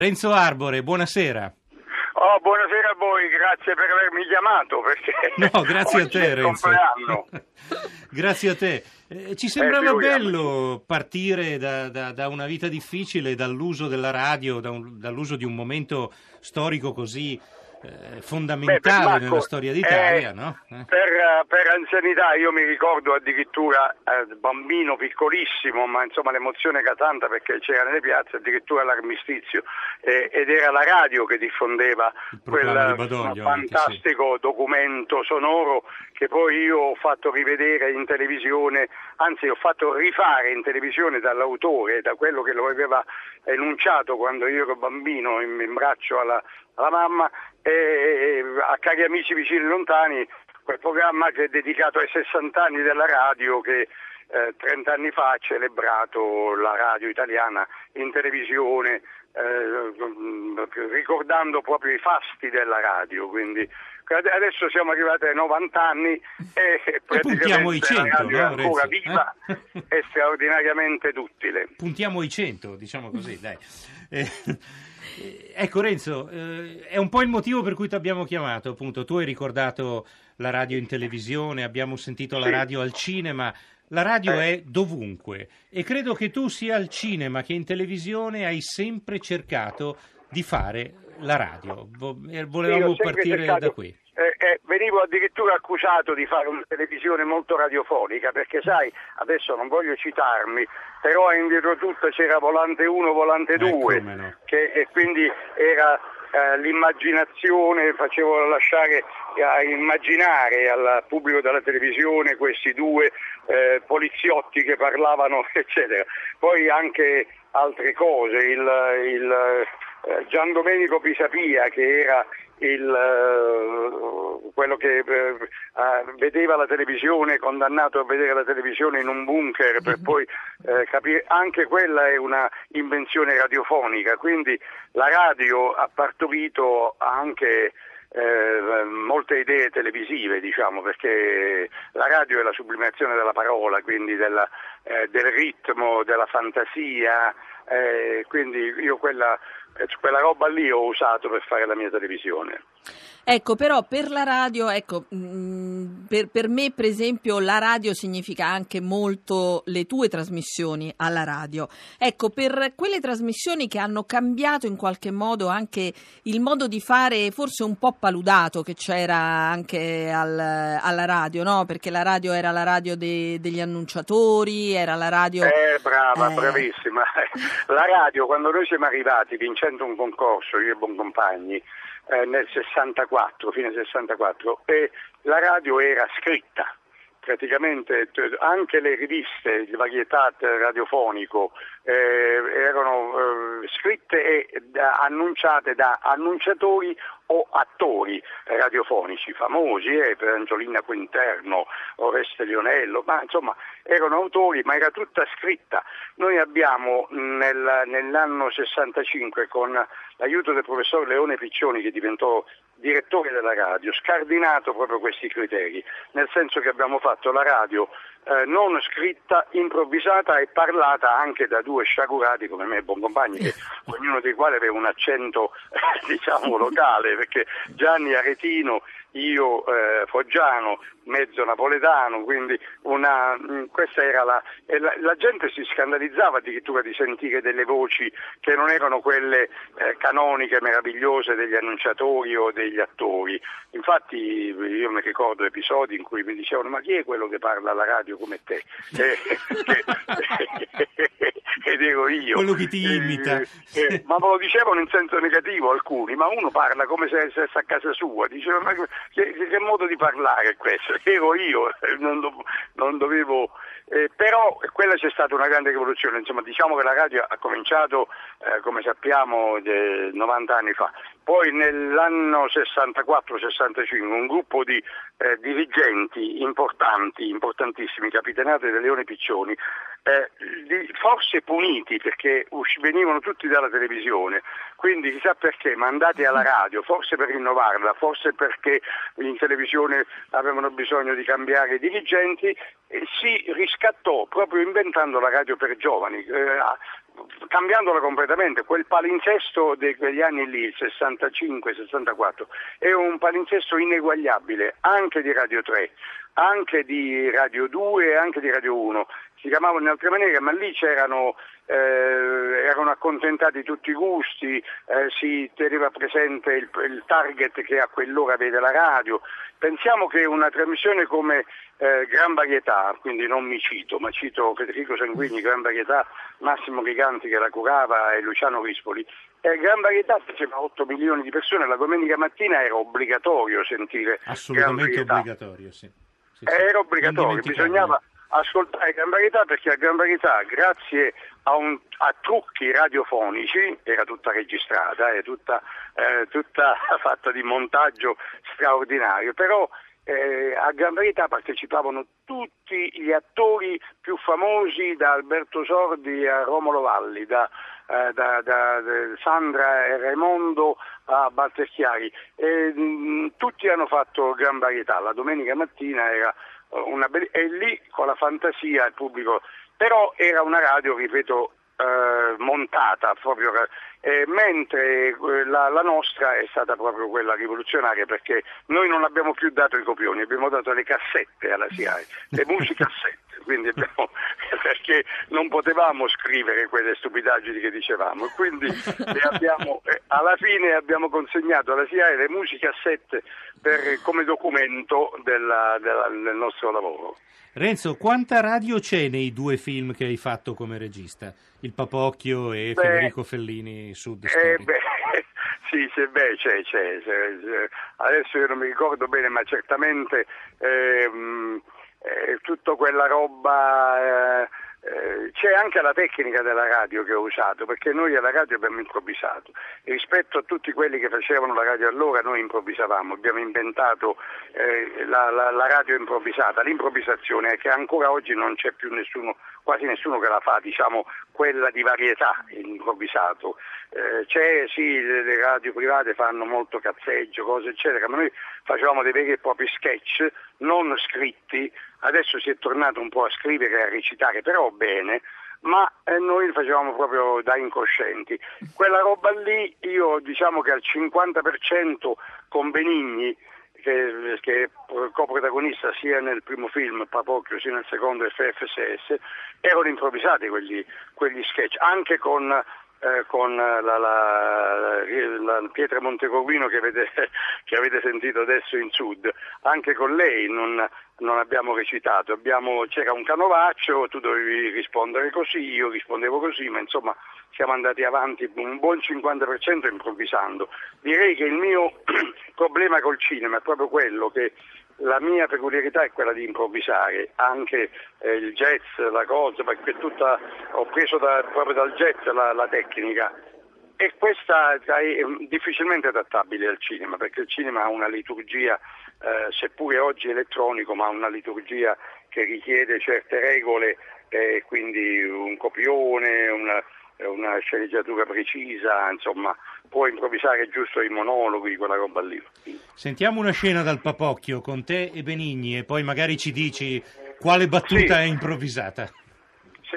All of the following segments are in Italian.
Renzo Arbore, buonasera. Oh, buonasera a voi, grazie per avermi chiamato, perché No, grazie a te, Renzo. compleanno. Grazie a te. Ci sembrava bello partire da una vita difficile, dall'uso della radio, dall'uso di un momento storico così fondamentale Marco, nella storia d'Italia, no? Per anzianità io mi ricordo addirittura bambino piccolissimo, ma insomma l'emozione era tanta perché c'era nelle piazze addirittura l'armistizio ed era la radio che diffondeva quel fantastico documento sonoro che poi io ho fatto rivedere in televisione, anzi ho fatto rifare in televisione dall'autore, da quello che lo aveva enunciato quando io ero bambino in braccio alla mamma, e a Cari amici vicini e lontani, quel programma che è dedicato ai 60 anni della radio che 30 anni fa ha celebrato la radio italiana in televisione, ricordando proprio i fasti della radio. Quindi adesso siamo arrivati ai 90 anni e puntiamo i 100, la radio è ancora Renzo? viva e straordinariamente duttile. Puntiamo i 100, diciamo così, dai. Ecco Renzo, è un po' il motivo per cui ti abbiamo chiamato, appunto. Tu hai ricordato la radio in televisione, abbiamo sentito la radio al cinema. La radio è dovunque e credo che tu sia al cinema che in televisione hai sempre cercato di fare la radio. Volevamo partire da qui. Venivo addirittura accusato di fare una televisione molto radiofonica perché sai, adesso non voglio citarmi, però indietro tutto c'era Volante 1, Volante 2 no. e quindi era l'immaginazione, facevo lasciare a immaginare al pubblico della televisione questi due poliziotti che parlavano eccetera. Poi anche altre cose, il Gian Domenico Pisapia che era quello che vedeva la televisione, condannato a vedere la televisione in un bunker per poi capire, anche quella è una invenzione radiofonica, quindi la radio ha partorito anche molte idee televisive, diciamo, perché la radio è la sublimazione della parola, quindi del ritmo, della fantasia, quindi io quella roba lì ho usato per fare la mia televisione. Ecco, però per la radio, per me per esempio la radio significa anche molto le tue trasmissioni alla radio. Ecco, per quelle trasmissioni che hanno cambiato in qualche modo anche il modo di fare, forse un po' paludato che c'era anche alla radio, no? Perché la radio era la radio degli annunciatori, era la radio... Bravissima. La radio, quando noi siamo arrivati vincendo un concorso, io e Boncompagni, nel 64, fine 64, e la radio era scritta. Praticamente anche le riviste, il varietat radiofonico erano scritte e annunciate da annunciatori o attori radiofonici famosi, per Angiolina Quinterno, Oreste Lionello, ma insomma erano autori, ma era tutta scritta. Noi abbiamo nell'anno 65, con l'aiuto del professor Leone Piccioni, che diventò direttore della radio, scardinato proprio questi criteri, nel senso che abbiamo fatto la radio non scritta, improvvisata e parlata anche da due sciagurati come me e Boncompagni, che ognuno dei quali aveva un accento diciamo locale, perché Gianni aretino, io foggiano, mezzo napoletano, quindi questa era la gente si scandalizzava addirittura di sentire delle voci che non erano quelle canoniche, meravigliose degli annunciatori o degli attori. Infatti io mi ricordo episodi in cui mi dicevano: ma chi è quello che parla alla radio come te? Ed ero io. Quello che ti imita. Ma me lo dicevano in senso negativo alcuni, ma uno parla come se stesse a casa sua, diceva: ma che modo di parlare è questo? Ero io, non dovevo... però quella c'è stata una grande rivoluzione, insomma, diciamo che la radio ha cominciato, come sappiamo, 90 anni fa. Poi nell'anno 64-65 un gruppo di dirigenti importantissimi, capitanati da Leone Piccioni, forse puniti perché venivano tutti dalla televisione, quindi chissà perché mandati alla radio, forse per rinnovarla, forse perché in televisione avevano bisogno di cambiare i dirigenti, e si riscattò proprio inventando la radio per giovani, cambiandola completamente. Quel palinsesto di quegli anni lì, il 65-64, è un palinsesto ineguagliabile, anche di Radio 3, anche di Radio 2 e anche di Radio 1. Si chiamavano in altre maniere, ma lì erano accontentati tutti i gusti, si teneva presente il target che a quell'ora vede la radio. Pensiamo che una trasmissione come Gran Varietà, quindi non mi cito, ma cito Federico Sanguigni, Gran Varietà, Massimo Giganti che la curava e Luciano Rispoli, Gran Varietà faceva 8 milioni di persone, la domenica mattina era obbligatorio sentire assolutamente obbligatorio, sì. Era obbligatorio, bisognava ascoltare Gran Varietà, perché a Gran Varietà, grazie a trucchi radiofonici, era tutta registrata, è tutta fatta di montaggio straordinario, però a Gran Varietà partecipavano tutti gli attori più famosi, da Alberto Sordi a Romolo Valli, da Sandra e Raimondo a Baltecchiari, tutti hanno fatto Gran Varietà. La domenica mattina era e lì con la fantasia il pubblico, però era una radio, ripeto, montata proprio, mentre la nostra è stata proprio quella rivoluzionaria, perché noi non abbiamo più dato i copioni, abbiamo dato le cassette alla SIAE, le musicassette, quindi perché non potevamo scrivere quelle stupidaggini che dicevamo, e quindi alla fine abbiamo consegnato alla SIAE le musicassette come documento del nostro lavoro. Renzo, quanta radio c'è nei 2 film che hai fatto come regista? Il Papocchio e Federico Fellini, Sud Story. Sì, c'è. Adesso io non mi ricordo bene, ma certamente tutta quella roba. C'è anche la tecnica della radio che ho usato, perché noi alla radio abbiamo improvvisato. Rispetto a tutti quelli che facevano la radio allora, noi improvvisavamo, abbiamo inventato la radio improvvisata, l'improvvisazione, che ancora oggi non c'è più quasi nessuno che la fa, diciamo quella di varietà, improvvisato. Le radio private fanno molto cazzeggio, cose eccetera, ma noi facevamo dei veri e propri sketch, non scritti. Adesso si è tornato un po' a scrivere e a recitare, però bene, ma noi facevamo proprio da incoscienti. Quella roba lì, io diciamo che al 50% con Benigni, che è coprotagonista sia nel primo film Papocchio sia nel secondo FFSS, erano improvvisati quegli sketch, anche con la Pietra Montecorvino che avete sentito adesso in Sud, anche con lei non abbiamo recitato, c'era un canovaccio, tu dovevi rispondere così, io rispondevo così, ma insomma siamo andati avanti un buon 50% improvvisando. Direi che il mio problema col cinema è proprio quello, che la mia peculiarità è quella di improvvisare, anche il jazz, la cosa, perché ho preso proprio dal jazz la tecnica, e questa è difficilmente adattabile al cinema, perché il cinema ha una liturgia, seppure oggi elettronico, ma ha una liturgia che richiede certe regole, quindi un copione, una sceneggiatura precisa, insomma, può improvvisare giusto i monologhi, quella roba lì. Sentiamo una scena dal Papocchio con te e Benigni, e poi magari ci dici quale battuta è improvvisata. Sì.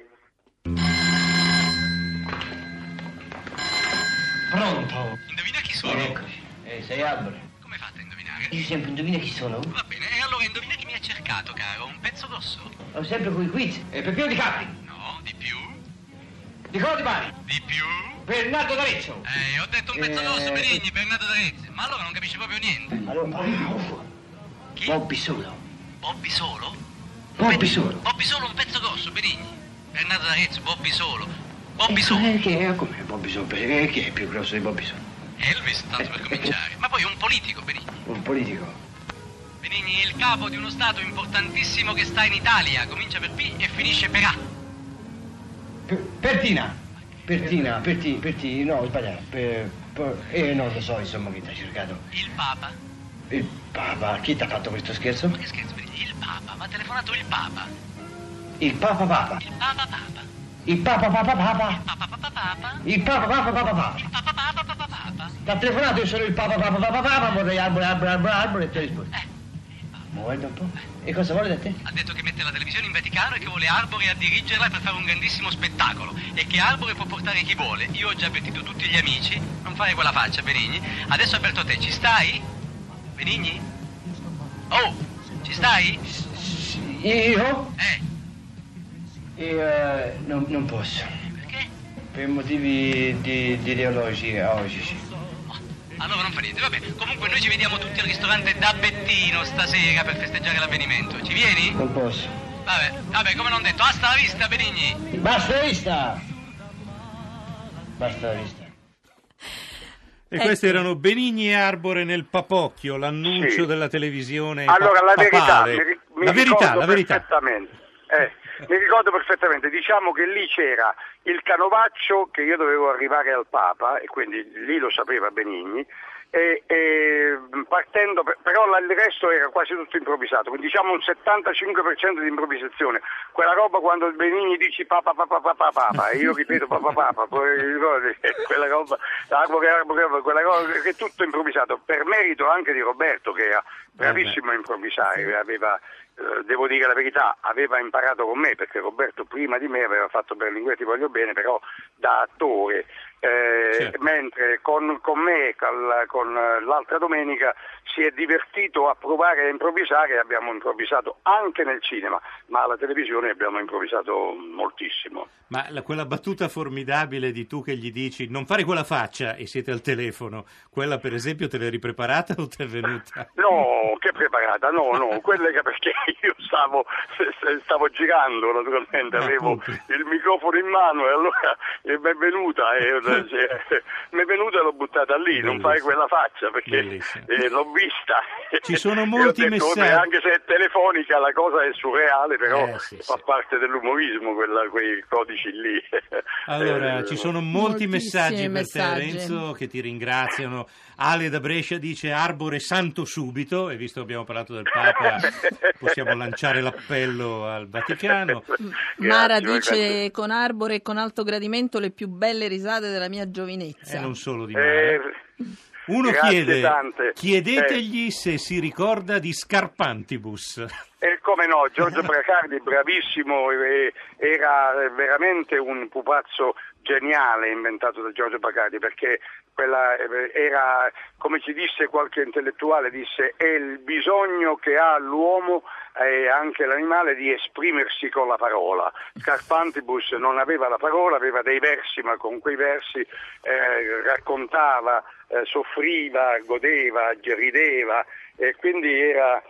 Pronto? Indovina chi sono? Eccoci. Sei Albero. Come fate a indovinare? Io sempre indovina chi sono. Va bene, e allora indovina chi mi ha cercato, caro? Un pezzo grosso? Ho sempre con i quiz. Peppino Di Capri. No, di più? Nicolò Di Bari. Di più? Bernardo D'Arezzo. Ho detto un pezzo grosso, Benigni, Bernardo D'Arezzo. Ma allora non capisci proprio niente. Allora, Chi? Bobby Solo. Bobby Solo? Bobby Solo. Bobby Solo, un pezzo grosso, Benigni. Bernardo D'Arezzo, Bobby Solo. Bobby Solo. Come Bobby Solo? Chi è più grosso di Bobby Solo? Elvis, tanto per cominciare. Ma poi un politico, Benigni. Un politico. Benigni, il capo di uno stato importantissimo che sta in Italia. Comincia per P e finisce per A. Pertina, no, ho sbagliato. Non lo so, insomma, chi ti ha cercato. Il Papa. Il Papa? Chi ti ha fatto questo scherzo? Ma che scherzo, Benigni? Il Papa, mi ha telefonato il Papa. Il Papa Papa. Il Papa Papa. Il Papa Papa Papa. Papa Papa Papa. Il Papa Papa Papa Papa. Il Papa Papa Papa Papa. T'ha telefonato, io sono il Papa Papa Papa Papa, vorrei arbore e ti rispondo. Ma guarda un po'. E cosa vuole da te? Ha detto che mette la televisione in Vaticano e che vuole Arbore a dirigerla per fare un grandissimo spettacolo e che Arbore può portare chi vuole. Io ho già avvertito tutti gli amici, non fare quella faccia, Benigni. Adesso avverto te, ci stai? Benigni? Oh, ci stai? Io? Io non posso. Perché? Per motivi ideologici. Allora non fa niente, vabbè. Comunque noi ci vediamo tutti al ristorante da Bettino stasera per festeggiare l'avvenimento. Ci vieni? Non posso. Vabbè, come non detto, hasta la vista, Benigni. Basta la vista! Basta la vista. E questi erano Benigni e Arbore nel Papocchio, l'annuncio della televisione. Allora, la verità, papale. La verità. Perfettamente. Mi ricordo perfettamente, diciamo che lì c'era il canovaccio che io dovevo arrivare al Papa e quindi lì lo sapeva Benigni e partendo, però il resto era quasi tutto improvvisato, quindi diciamo un 75% di improvvisazione, quella roba quando il Benigni dice papa e io ripeto papa, poi ricordi quella roba, quella roba che è tutto improvvisato, per merito anche di Roberto che era bravissimo a improvvisare, aveva devo dire la verità, aveva imparato con me perché Roberto prima di me aveva fatto Berlinguer Ti voglio bene, però da attore, mentre con me, con l'altra domenica si è divertito a provare a improvvisare e abbiamo improvvisato anche nel cinema, ma alla televisione abbiamo improvvisato moltissimo. Ma quella battuta formidabile di tu che gli dici non fare quella faccia e siete al telefono, quella per esempio te l'hai ripreparata o ti è venuta? No, che preparata? No, quella è perché io stavo girando naturalmente, avevo il microfono in mano e allora mi è venuta e l'ho buttata lì, non fare quella faccia perché l'ho vista. Ci sono molti messaggi. Anche se è telefonica la cosa è surreale, però fa parte dell'umorismo quei codici lì. Allora, ci sono molti messaggi per te, Renzo, che ti ringraziano. Ale da Brescia dice Arbore santo subito, e visto che abbiamo parlato del Papa possiamo lanciare l'appello al Vaticano. Mara dice con Arbore e con alto gradimento le più belle risate della mia giovinezza. Non solo di Mara. Uno chiedetegli se si ricorda di Scarpantibus. Come no, Giorgio Bracardi, bravissimo, era veramente un pupazzo geniale inventato da Giorgio Bracardi, perché quella era, come ci disse qualche intellettuale, disse è il bisogno che ha l'uomo e anche l'animale di esprimersi con la parola. Scarpantibus non aveva la parola, aveva dei versi, ma con quei versi raccontava, soffriva, godeva, rideva e quindi era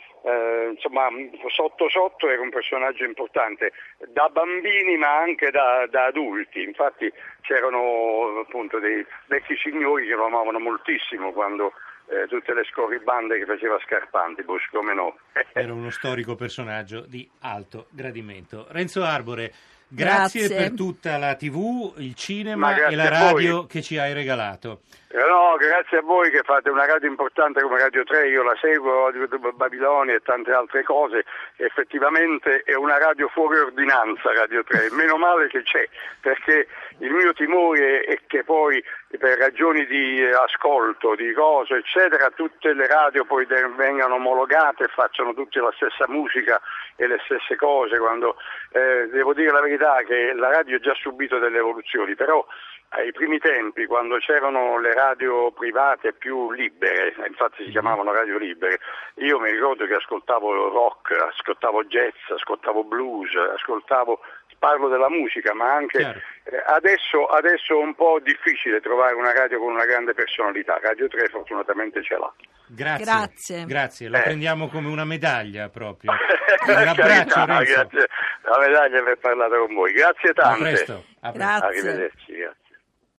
sotto era un personaggio importante da bambini ma anche da adulti. Infatti c'erano appunto dei vecchi signori che lo amavano moltissimo quando tutte le scorribande che faceva Scarpantibus, come no. Era uno storico personaggio di alto gradimento. Renzo Arbore, grazie per tutta la TV, il cinema e la radio che ci hai regalato. No, grazie a voi che fate una radio importante come Radio 3, io la seguo, Babilonia e tante altre cose, effettivamente è una radio fuori ordinanza Radio 3, meno male che c'è, perché il mio timore è che poi per ragioni di ascolto, di cose eccetera, tutte le radio poi vengano omologate e facciano tutte la stessa musica e le stesse cose, quando devo dire la verità che la radio ha già subito delle evoluzioni, però ai primi tempi, quando c'erano le radio private più libere, infatti si chiamavano radio libere, io mi ricordo che ascoltavo rock, ascoltavo jazz, ascoltavo blues, parlo della musica, ma anche adesso è un po' difficile trovare una radio con una grande personalità. Radio 3 fortunatamente ce l'ha. Grazie. La prendiamo come una medaglia proprio. Un abbraccio, Renzo. Grazie, la medaglia per parlare con voi. Grazie tante. A presto. Grazie. Arrivederci. Grazie.